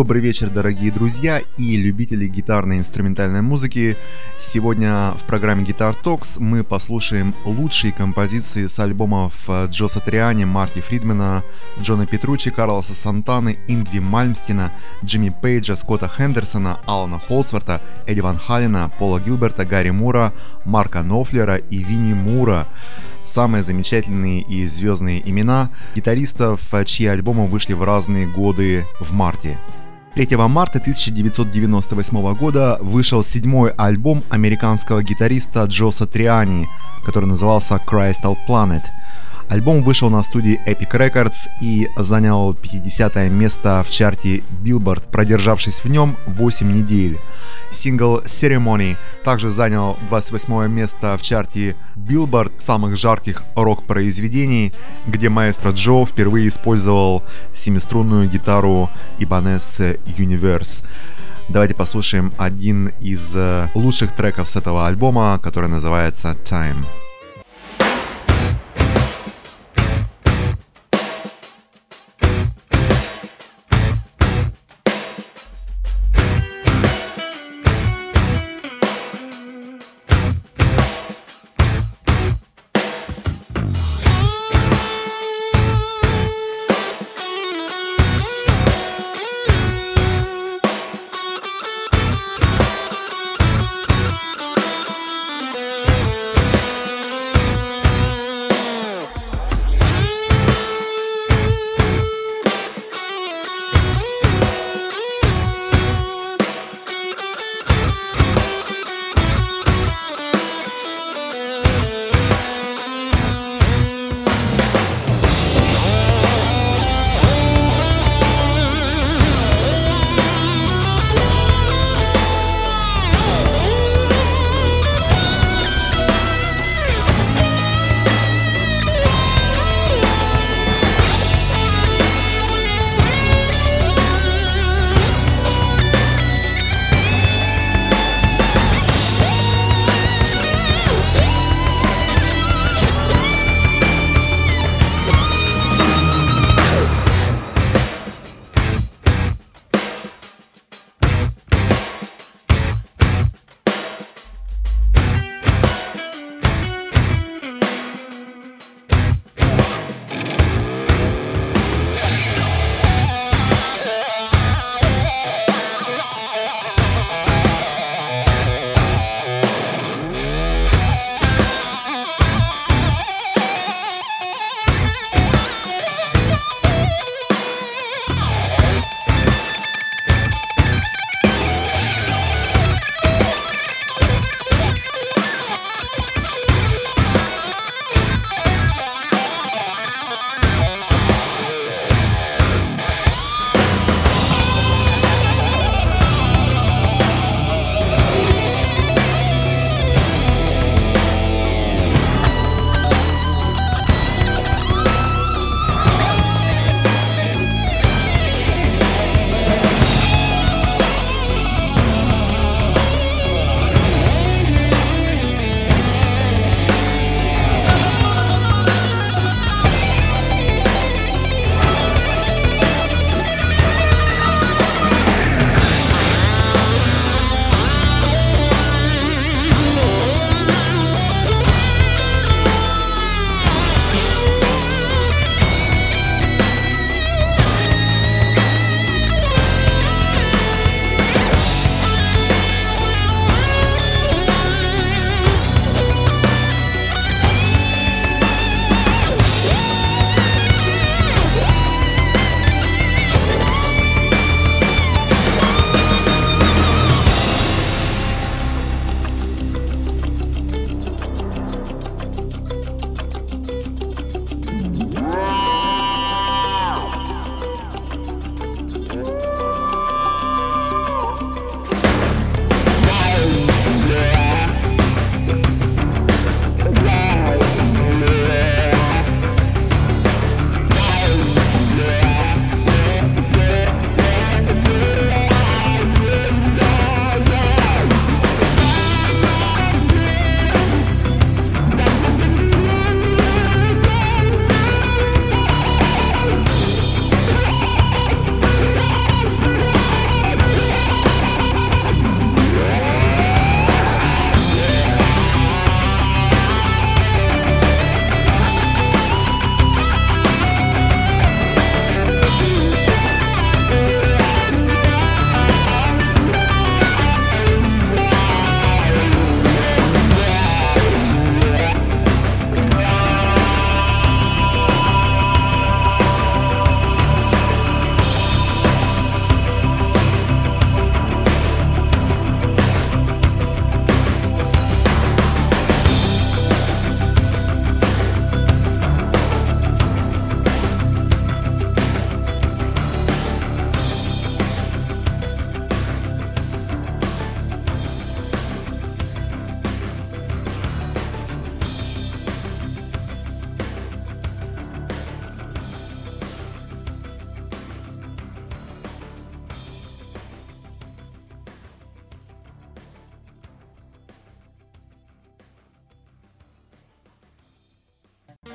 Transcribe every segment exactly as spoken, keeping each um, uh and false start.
Добрый вечер, дорогие друзья и любители гитарной и инструментальной музыки. Сегодня в программе Guitar Talks мы послушаем лучшие композиции с альбомов Джо Сатриани, Марти Фридмана, Джона Петруччи, Карлоса Сантаны, Ингви Мальмстена, Джимми Пейджа, Скотта Хендерсона, Алана Холсворта, Эдди Ван Халена, Пола Гилберта, Гарри Мура, Марка Нофлера и Винни Мура. Самые замечательные и звездные имена гитаристов, чьи альбомы вышли в разные годы в марте. третьего марта тысяча девятьсот девяносто восьмого года вышел седьмой альбом американского гитариста Джо Сатриани, который назывался Crystal Planet. Альбом вышел на студии Epic Records и занял пятидесятое место в чарте Billboard, продержавшись в нем восемь недель. Сингл Ceremony также занял двадцать восьмое место в чарте Billboard самых жарких рок-произведений, где маэстро Джо впервые использовал семиструнную гитару Ibanez Universe. Давайте послушаем один из лучших треков с этого альбома, который называется Time.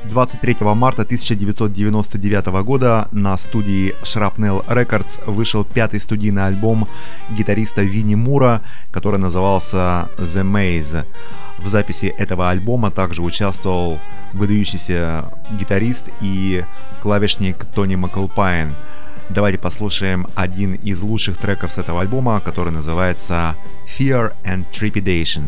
двадцать третьего марта тысяча девятьсот девяносто девятого года на студии Shrapnel Records вышел пятый студийный альбом гитариста Винни Мура, который назывался The Maze. В записи этого альбома также участвовал выдающийся гитарист и клавишник Тони Маклпайн. Давайте послушаем один из лучших треков с этого альбома, который называется Fear and Trepidation.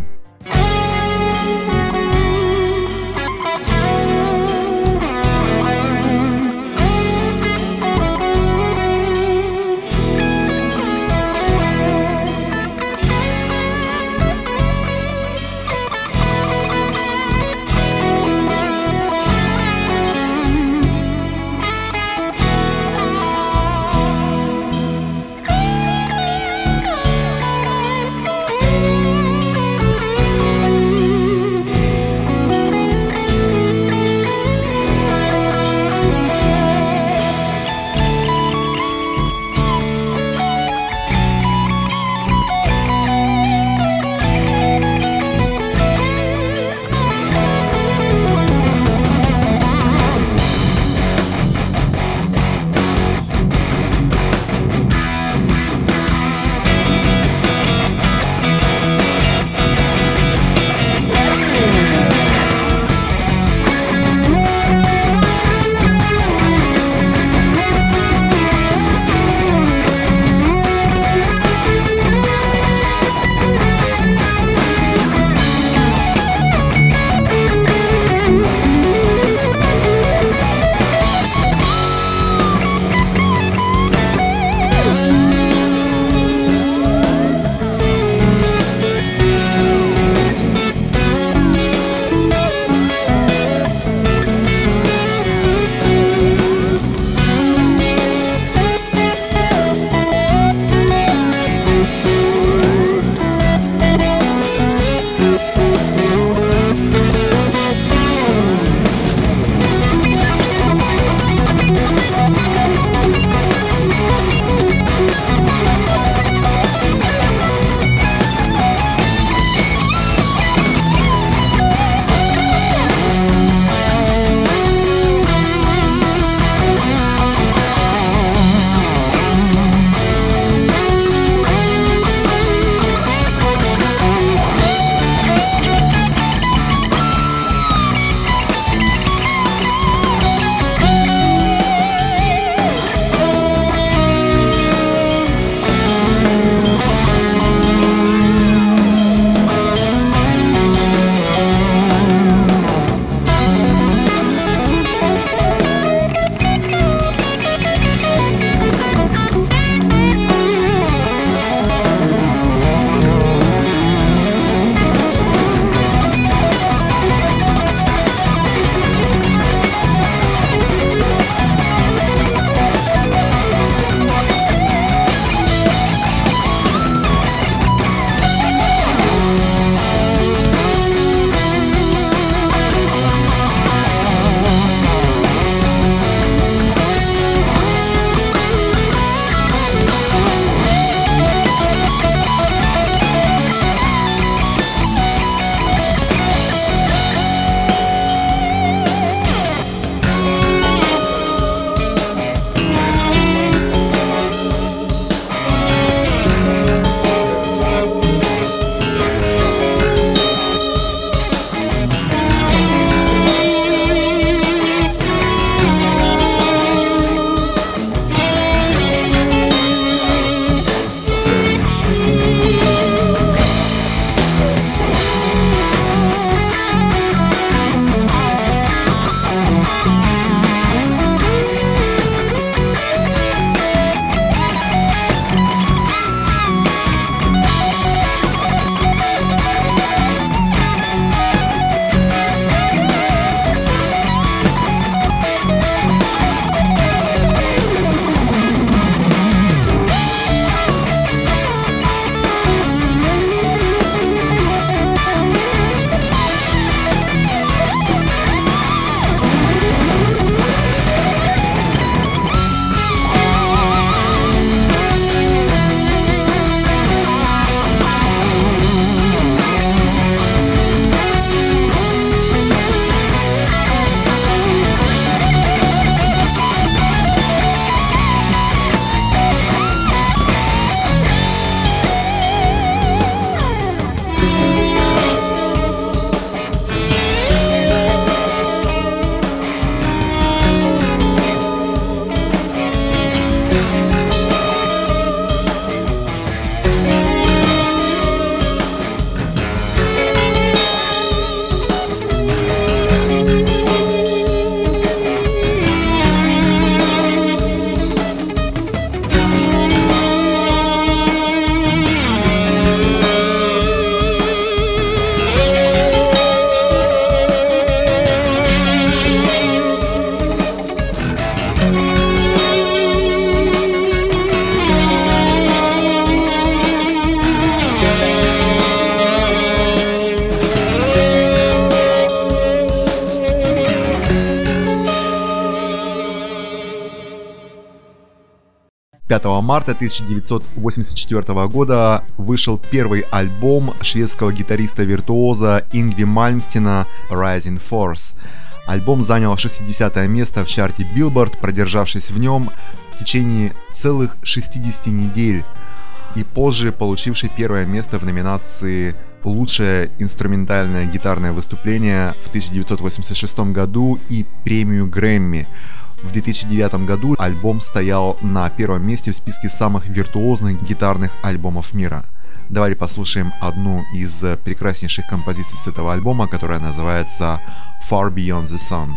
пятого марта тысяча девятьсот восемьдесят четвёртого года вышел первый альбом шведского гитариста-виртуоза Ингви Мальмстена «Rising Force». Альбом занял шестидесятое место в чарте Billboard, продержавшись в нем в течение целых шестидесяти недель, и позже получивший первое место в номинации «Лучшее инструментальное гитарное выступление» в тысяча девятьсот восемьдесят шестом году и премию Грэмми. В две тысячи девятом году альбом стоял на первом месте в списке самых виртуозных гитарных альбомов мира. Давайте послушаем одну из прекраснейших композиций с этого альбома, которая называется «Far Beyond the Sun».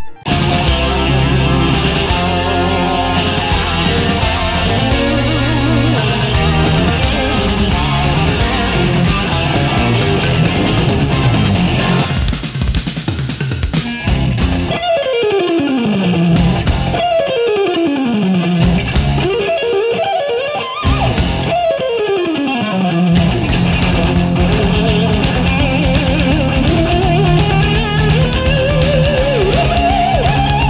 We'll be right back.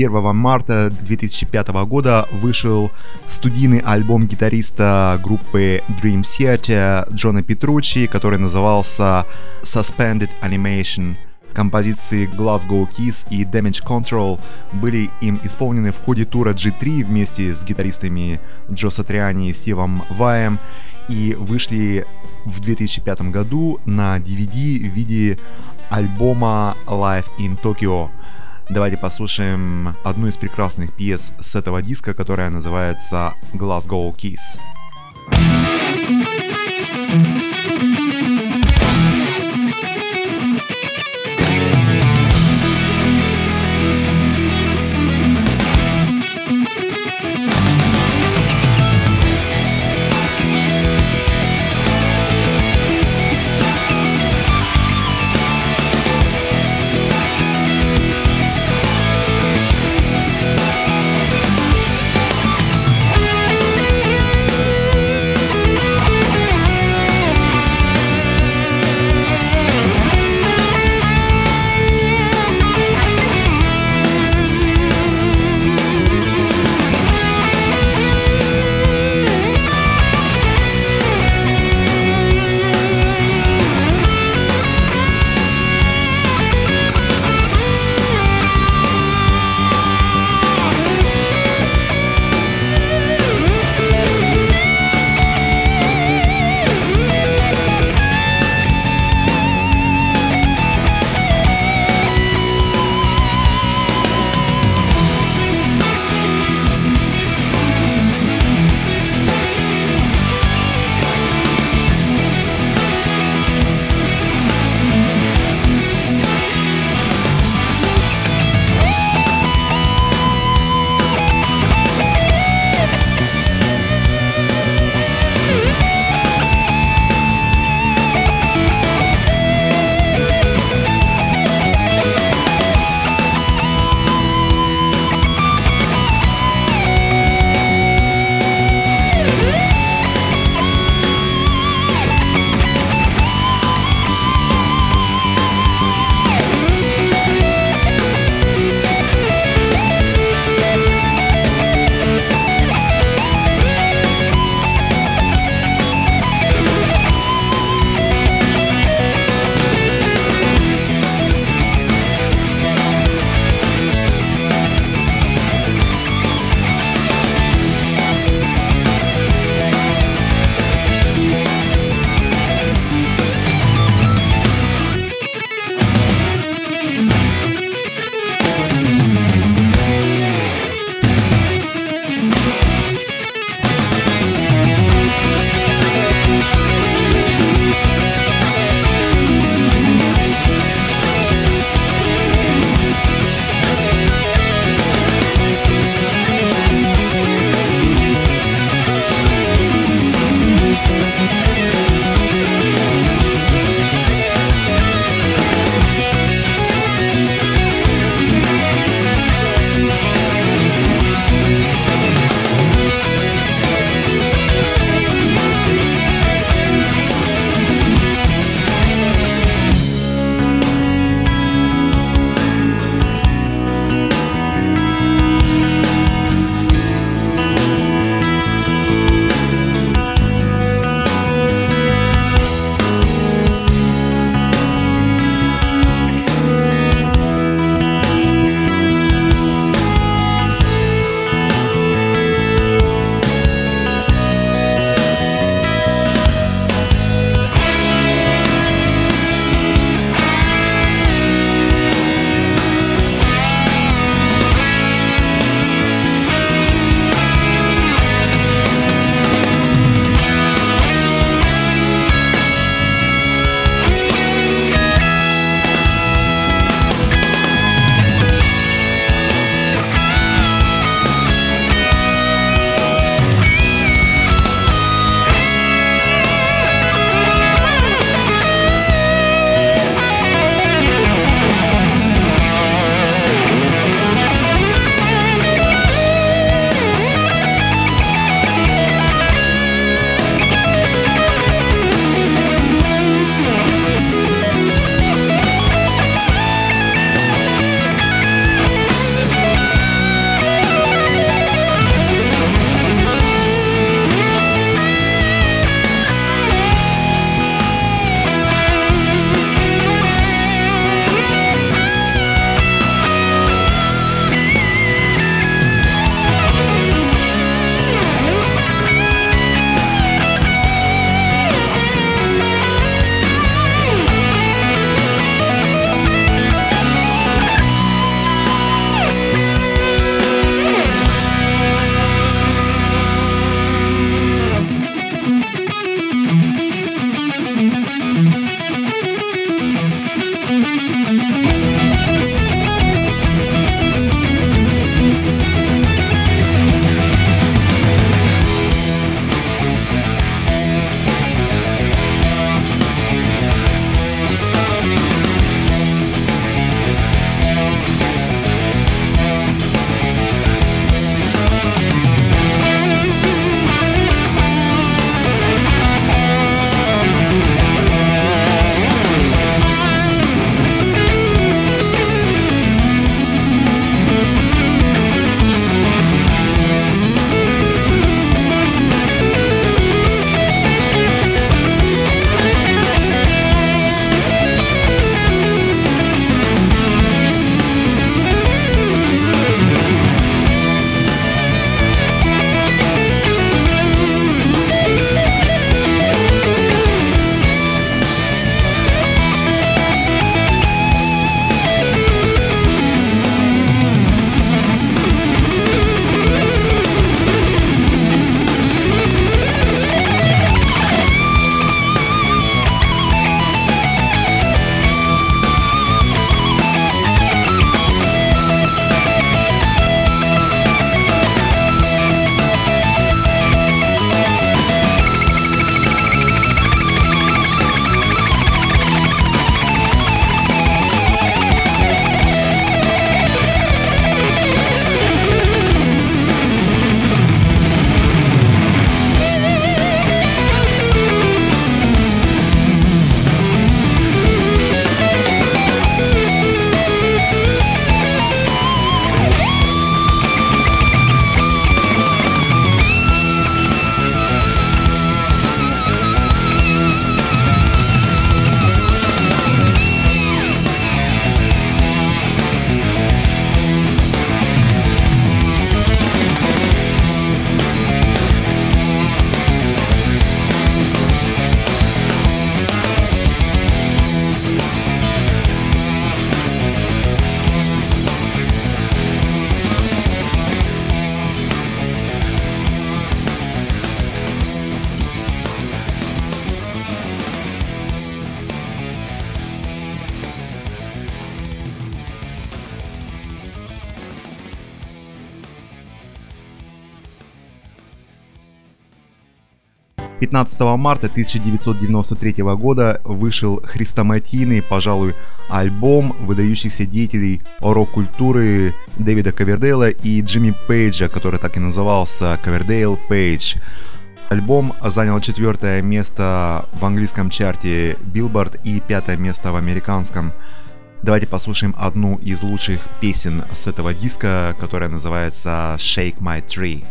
первого марта две тысячи пятого года вышел студийный альбом гитариста группы Dream Theater Джона Петруччи, который назывался Suspended Animation. Композиции Glasgow Kiss и Damage Control были им исполнены в ходе тура джи три вместе с гитаристами Джо Сатриани и Стивом Ваем и вышли в две тысячи пятом году на ди ви ди в виде альбома Live in Tokyo. Давайте послушаем одну из прекрасных пьес с этого диска, которая называется Glasgow Kiss. We'll be right back. пятнадцатого марта тысяча девятьсот девяносто третьего года вышел хрестоматийный, пожалуй, альбом выдающихся деятелей рок-культуры Дэвида Ковердейла и Джимми Пейджа, который так и назывался «Ковердейл Пейдж». Альбом занял четвертое место в английском чарте Billboard и пятое место в американском. Давайте послушаем одну из лучших песен с этого диска, которая называется «Shake My Tree».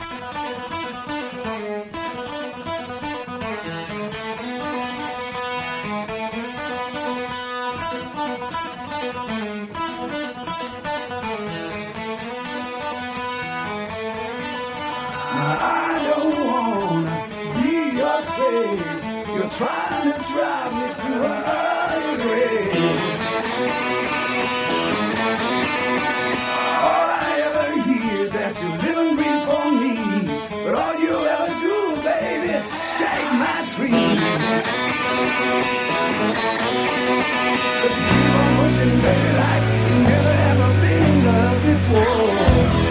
Trying to drive me to an early grave. All I ever hear is that you live and breathe for me, but all you ever do, baby, is shake my tree. But you keep on pushing, baby, like you've never ever been in love before.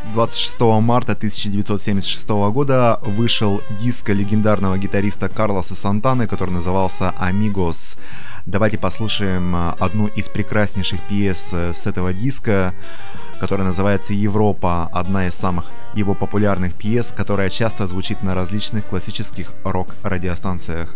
двадцать шестого марта тысяча девятьсот семьдесят шестого года вышел диск легендарного гитариста Карлоса Сантаны, который назывался «Amigos». Давайте послушаем одну из прекраснейших пьес с этого диска, которая называется «Европа», одна из самых его популярных пьес, которая часто звучит на различных классических рок-радиостанциях.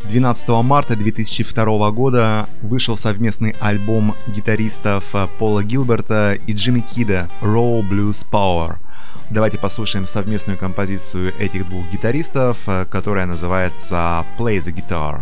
двенадцатого марта две тысячи второго года вышел совместный альбом гитаристов Пола Гилберта и Джимми Кида «Raw Blues Power». Давайте послушаем совместную композицию этих двух гитаристов, которая называется «Play the Guitar».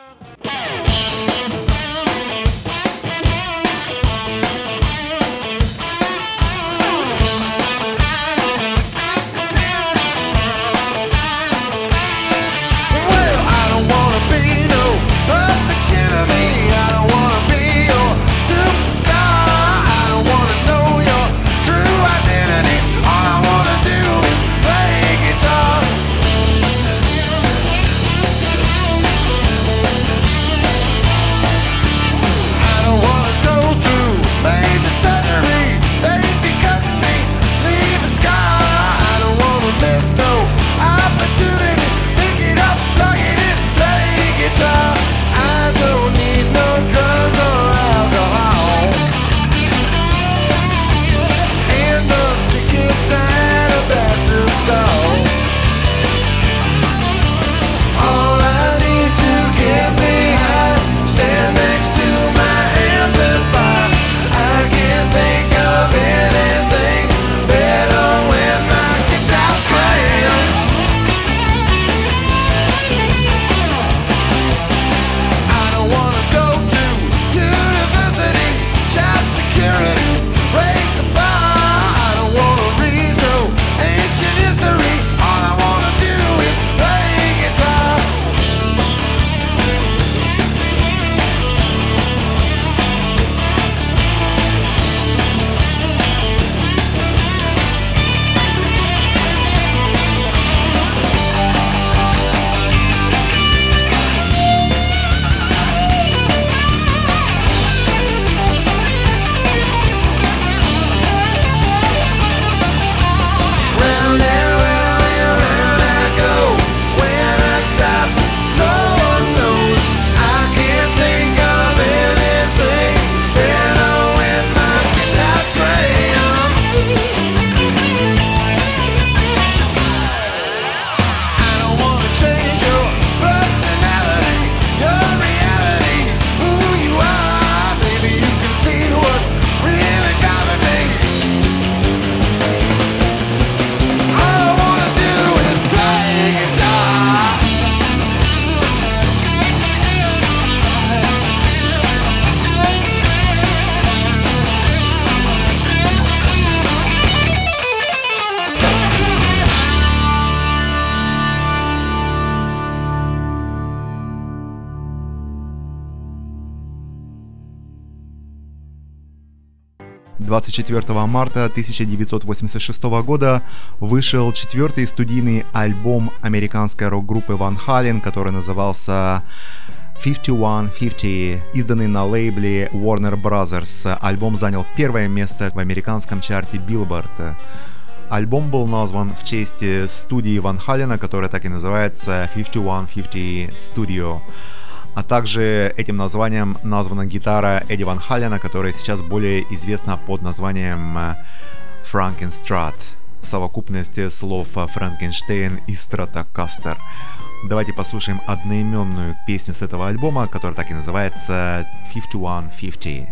двадцать четвёртого марта тысяча девятьсот восемьдесят шестого года вышел четвертый студийный альбом американской рок-группы Ван Хален, который назывался пятьдесят один пятьдесят, изданный на лейбле Warner Brothers. Альбом занял первое место в американском чарте Billboard. Альбом был назван в честь студии Ван Халена, которая так и называется пятьдесят один пятьдесят Studio. А также этим названием названа гитара Эдди Ван Халена, которая сейчас более известна под названием Frankenstrat, совокупность слов Франкенштейн и Стратокастер. Давайте послушаем одноименную песню с этого альбома, которая так и называется пятьдесят один пятьдесят.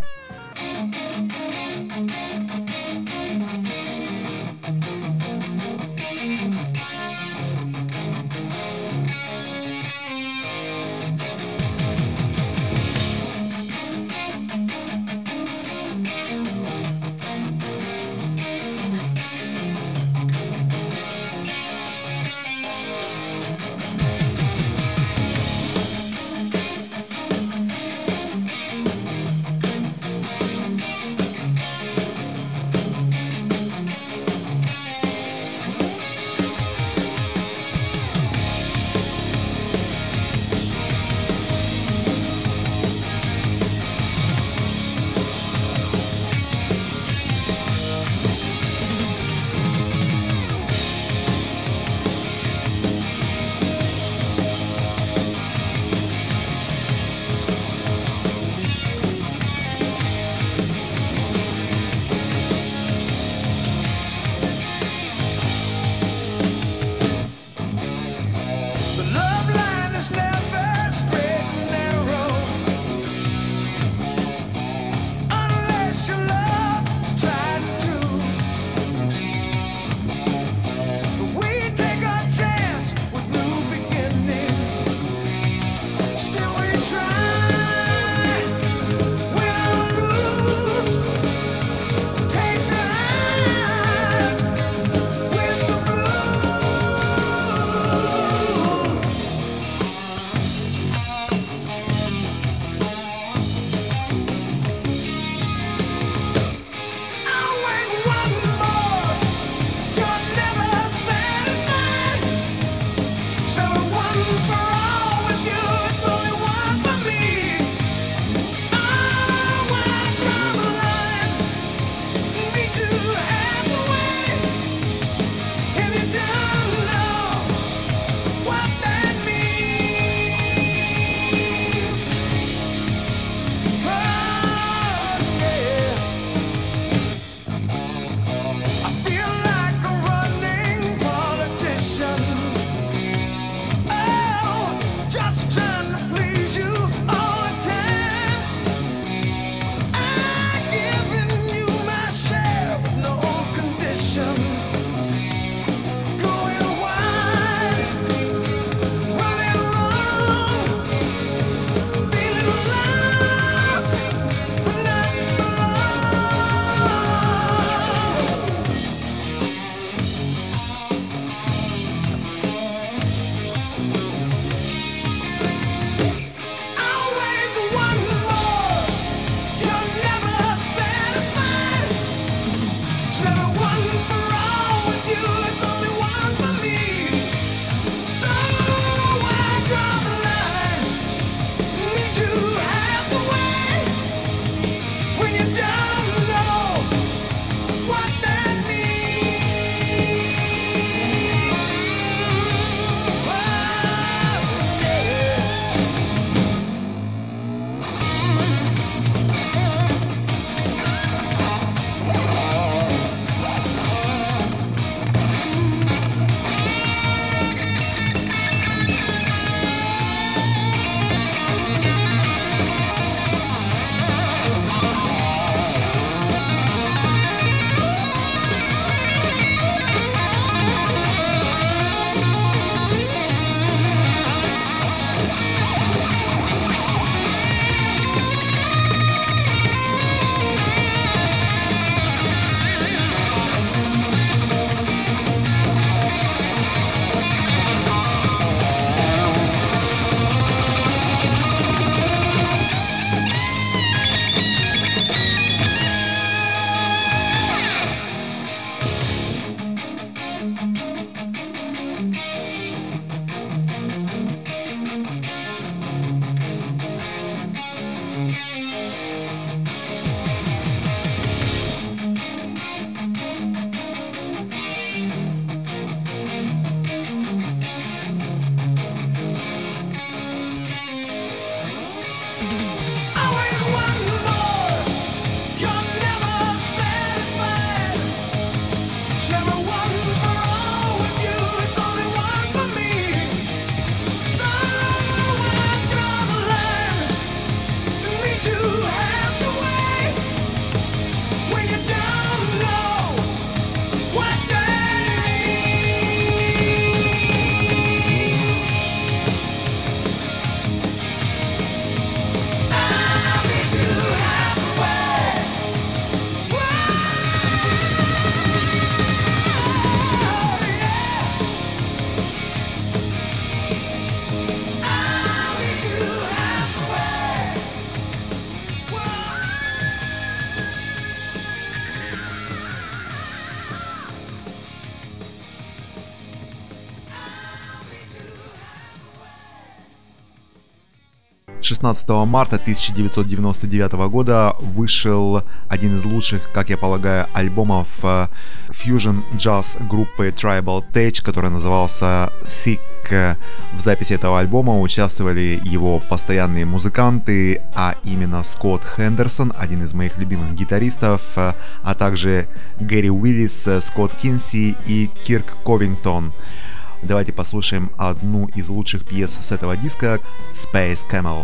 шестнадцатого марта тысяча девятьсот девяносто девятого года вышел один из лучших, как я полагаю, альбомов фьюжн джаз группы Tribal Tech, который назывался Thick. В записи этого альбома участвовали его постоянные музыканты, а именно Скотт Хендерсон, один из моих любимых гитаристов, а также Гэри Уиллис, Скотт Кинси и Кирк Ковингтон. Давайте послушаем одну из лучших пьес с этого диска — Space Camel.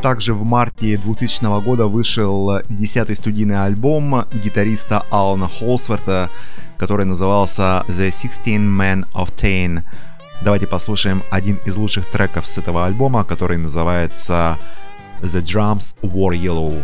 также в марте двухтысячного года вышел десятый студийный альбом гитариста Алана Холсворта, который назывался The Sixteen Men of Tain. Давайте послушаем один из лучших треков с этого альбома, который называется The Drums Wore Yellow.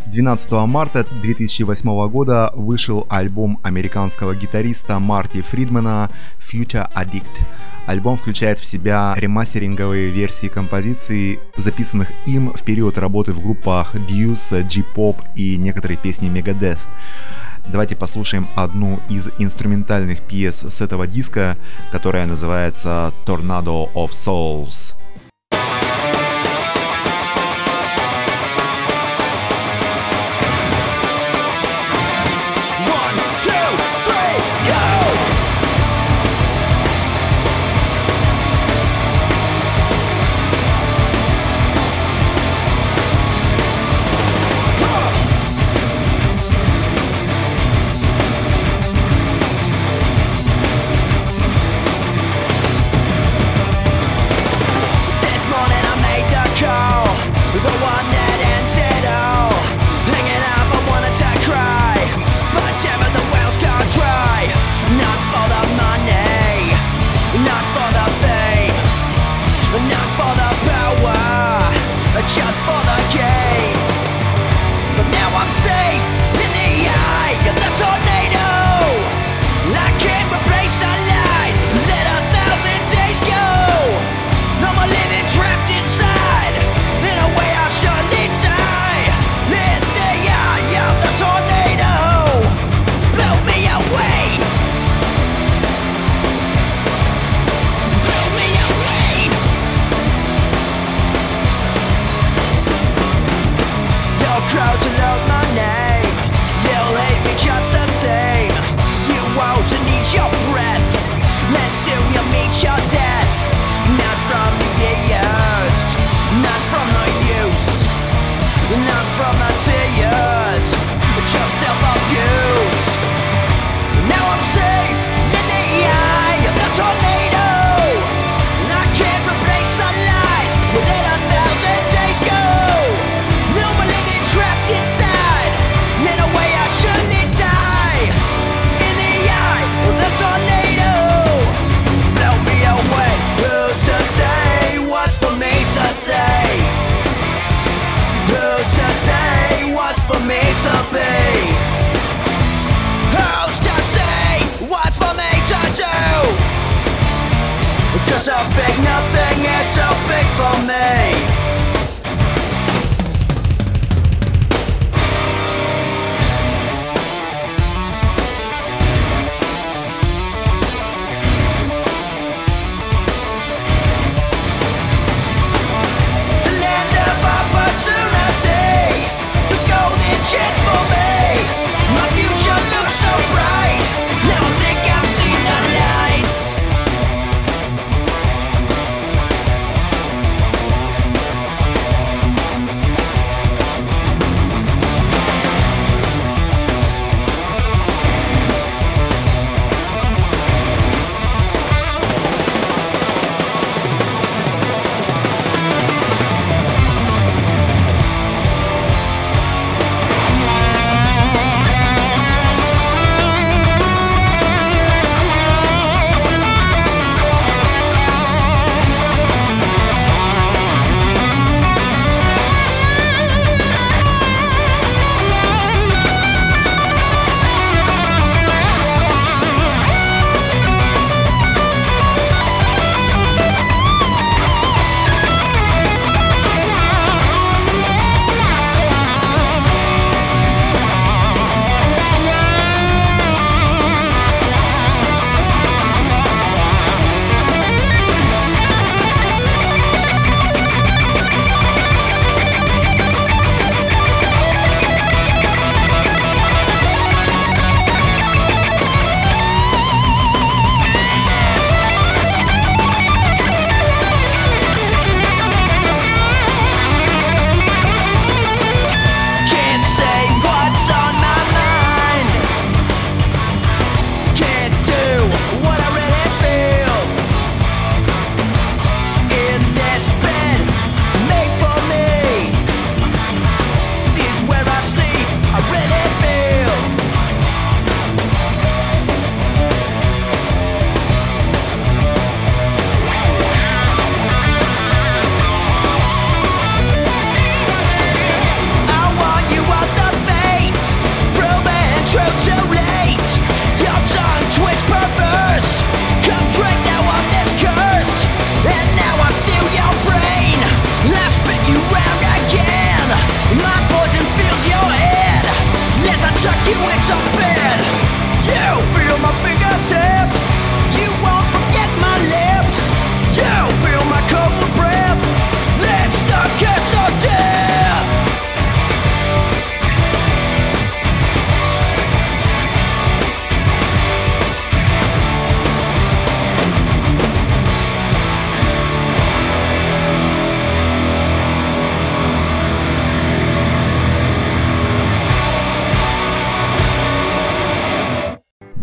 двенадцатого марта две тысячи восьмого года вышел альбом американского гитариста Марти Фридмана «Future Addict». Альбом включает в себя ремастеринговые версии композиций, записанных им в период работы в группах Deuce, J-Pop и некоторые песни Megadeth. Давайте послушаем одну из инструментальных пьес с этого диска, которая называется «Tornado of Souls». Just for the games, but now I'm safe in the eye of the tornado. I can't replace the lies, let a thousand days go. No more living trapped inside, in a way I'll surely die. In the eye of the tornado, blow me away. Blow me away. Crowd to know my name, you'll hate me just the same. You won't need your breath, and soon you'll meet your death. Not from the years, not from the use, not from the tears, just self-abuse. Now I'm safe in the eye of the tornado, and I can't replace the lies, but let a thousand days go. No more living trapped inside.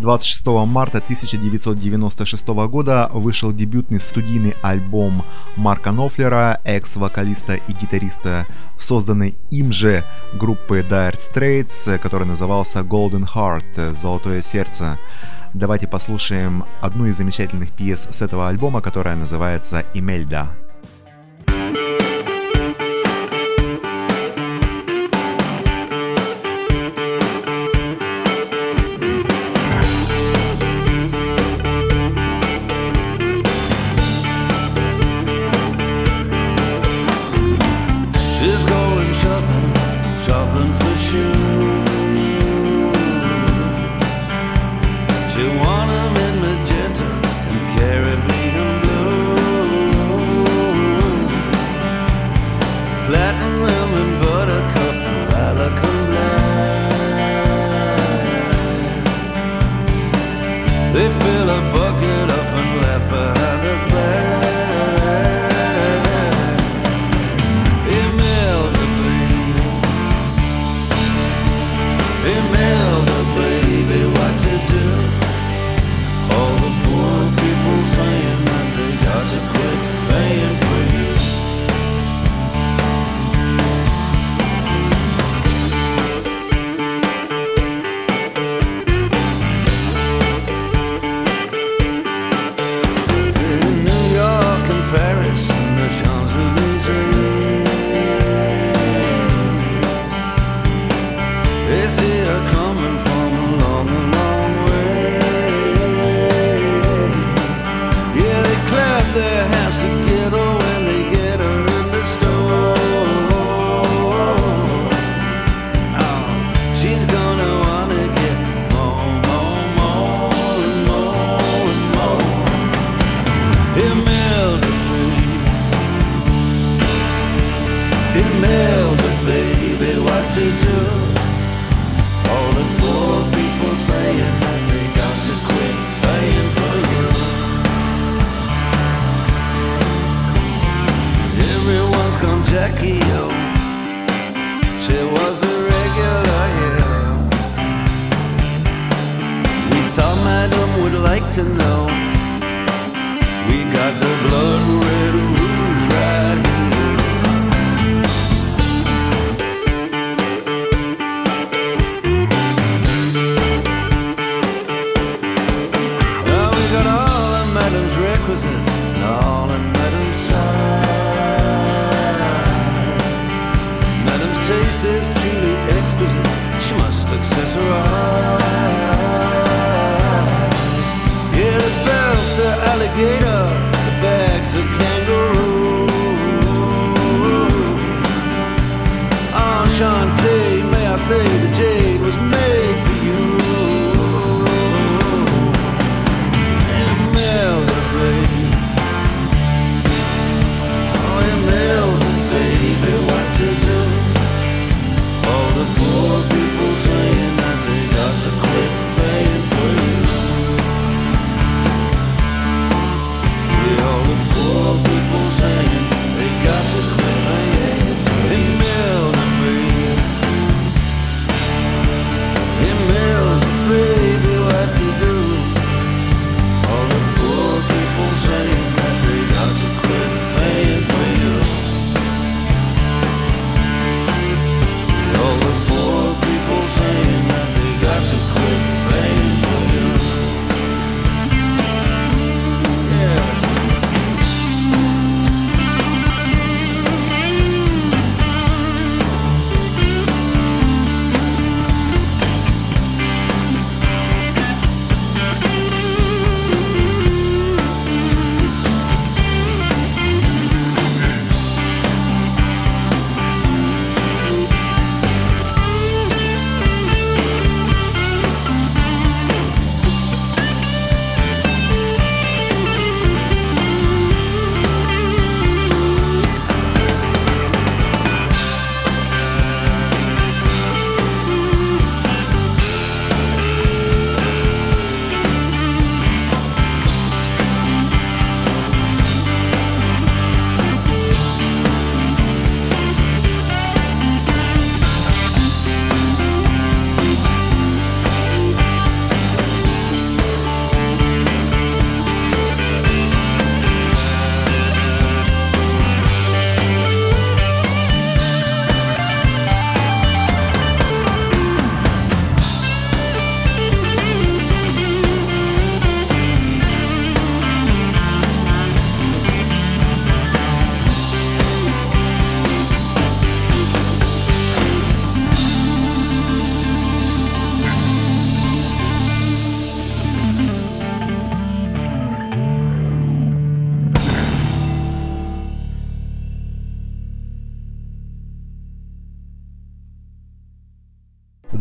двадцать шестого марта тысяча девятьсот девяносто шестого года вышел дебютный студийный альбом Марка Knopfler, экс-вокалиста и гитариста, созданный им же группы Dire Straits, который назывался Golden Heart, Золотое сердце. Давайте послушаем одну из замечательных пьес с этого альбома, которая называется «Имельда».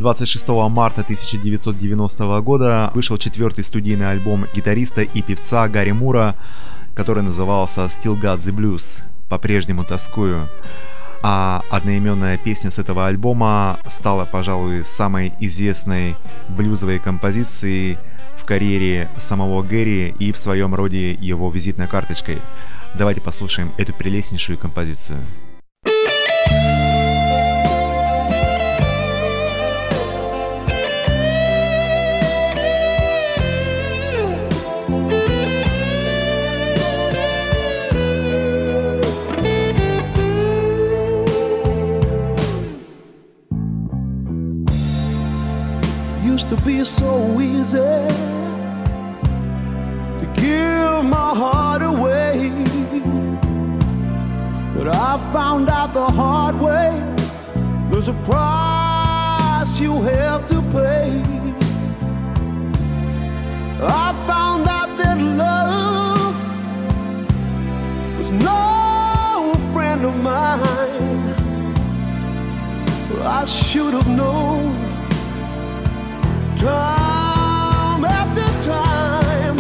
двадцать шестого марта тысяча девятьсот девяностого года вышел четвертый студийный альбом гитариста и певца Гарри Мура, который назывался «Still Got the Blues» — «По-прежнему тоскую». А одноименная песня с этого альбома стала, пожалуй, самой известной блюзовой композицией в карьере самого Гэри и в своем роде его визитной карточкой. Давайте послушаем эту прелестнейшую композицию. Used to be so easy to give my heart away, but I found out the hard way there's a price you have to pay. I found out that love was no friend of mine. I should have known time after time.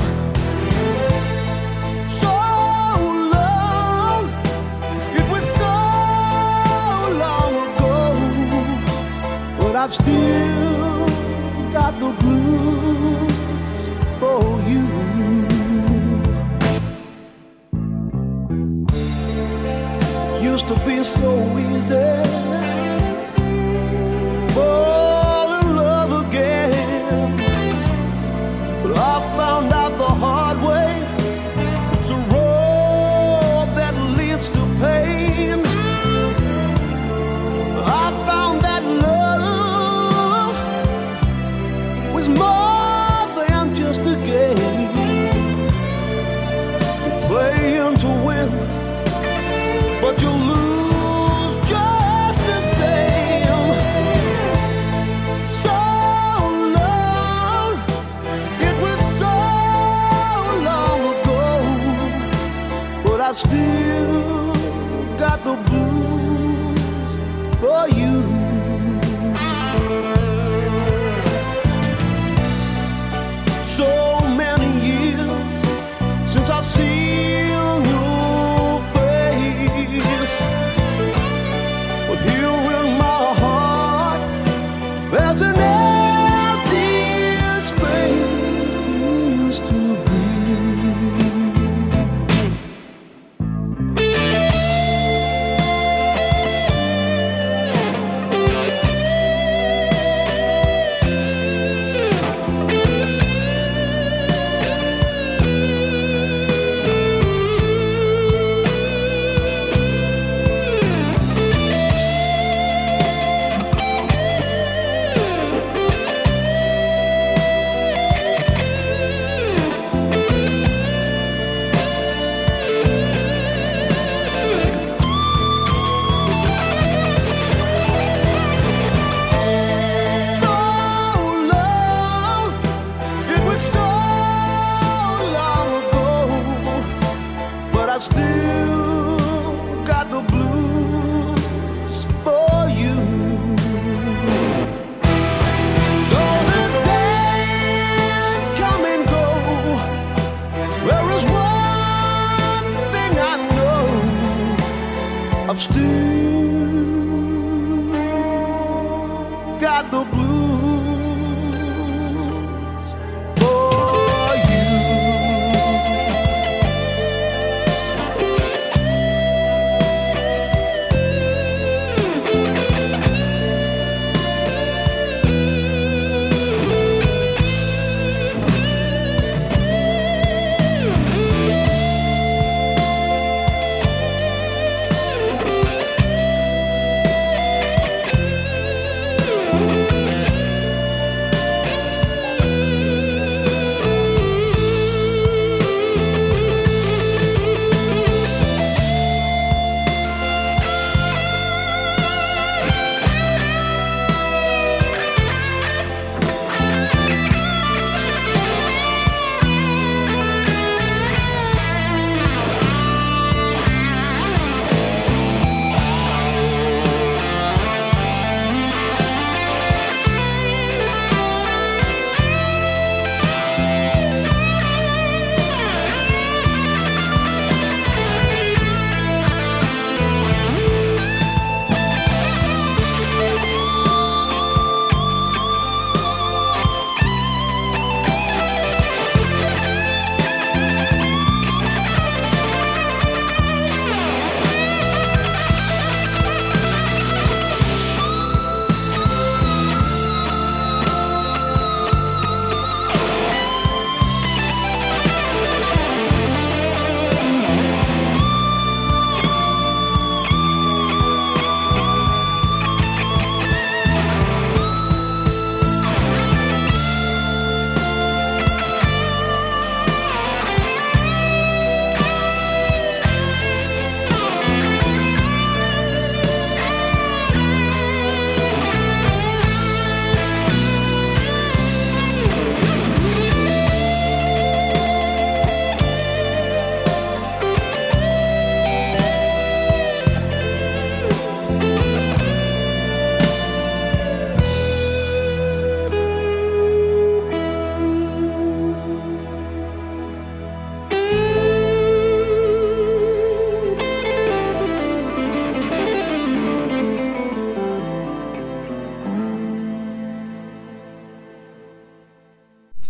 So long, it was so long ago, but I've still got the blues for you. Used to be so easy fall in love again, but I found out the hard way it's a road that leads to pain. I found that love was more than just a game. You're playing to win, but you lose just the same. So long, it was so long ago, but I've still got the blues for you. So many years since I've seen your face, but here in my heart there's an empty space you used to be. I've still got the blues for you.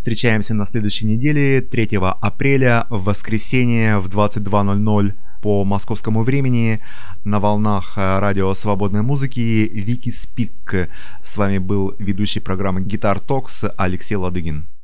Встречаемся на следующей неделе, третьего апреля, в воскресенье в двадцать два ноль ноль по московскому времени на волнах радио свободной музыки Вики Спик. С вами был ведущий программы Guitar Talks Алексей Ладыгин.